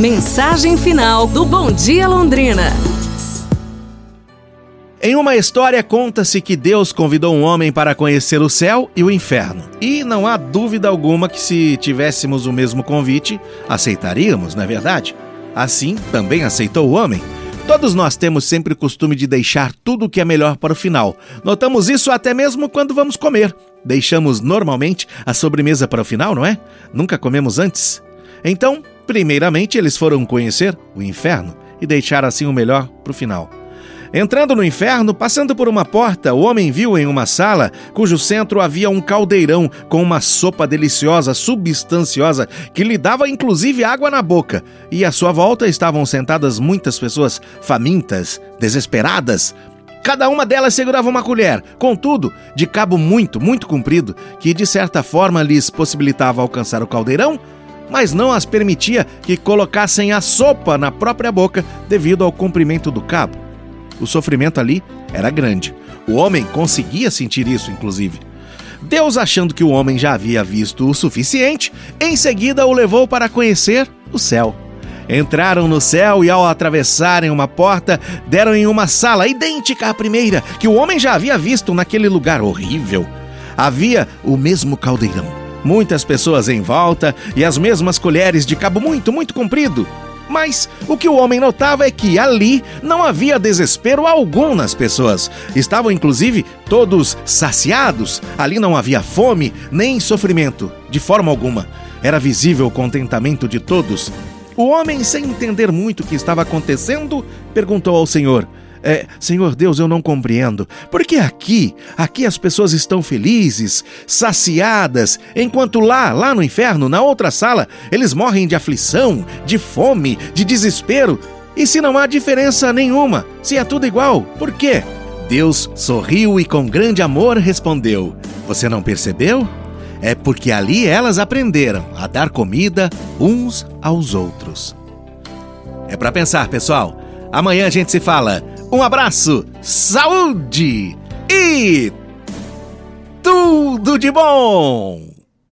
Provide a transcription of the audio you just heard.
Mensagem final do Bom Dia Londrina. Em uma história, conta-se que Deus convidou um homem para conhecer o céu e o inferno. E não há dúvida alguma que se tivéssemos o mesmo convite, aceitaríamos, não é verdade? Assim, também aceitou o homem. Todos nós temos sempre o costume de deixar tudo o que é melhor para o final. Notamos isso até mesmo quando vamos comer. Deixamos normalmente a sobremesa para o final, não é? Nunca comemos antes. Então, primeiramente, eles foram conhecer o inferno e deixar assim o melhor para o final. Entrando no inferno, passando por uma porta, o homem viu em uma sala, cujo centro havia um caldeirão com uma sopa deliciosa, substanciosa, que lhe dava inclusive água na boca. E à sua volta estavam sentadas muitas pessoas famintas, desesperadas. Cada uma delas segurava uma colher, contudo, de cabo muito comprido, que de certa forma lhes possibilitava alcançar o caldeirão, mas não as permitia que colocassem a sopa na própria boca devido ao comprimento do cabo. O sofrimento ali era grande. O homem conseguia sentir isso, inclusive. Deus, achando que o homem já havia visto o suficiente, em seguida o levou para conhecer o céu. Entraram no céu e, ao atravessarem uma porta, deram em uma sala idêntica à primeira, que o homem já havia visto naquele lugar horrível. Havia o mesmo caldeirão, muitas pessoas em volta e as mesmas colheres de cabo muito comprido. Mas o que o homem notava é que ali não havia desespero algum nas pessoas. Estavam, inclusive, todos saciados. Ali não havia fome nem sofrimento, de forma alguma. Era visível o contentamento de todos. O homem, sem entender muito o que estava acontecendo, perguntou ao Senhor: Senhor Deus, eu não compreendo. Por que aqui as pessoas estão felizes, saciadas, enquanto lá no inferno, na outra sala, eles morrem de aflição, de fome, de desespero? E se não há diferença nenhuma, se é tudo igual, por quê? Deus sorriu e com grande amor respondeu: Você não percebeu? É porque ali elas aprenderam a dar comida uns aos outros. É para pensar, pessoal. Amanhã a gente se fala. Um abraço, saúde e tudo de bom!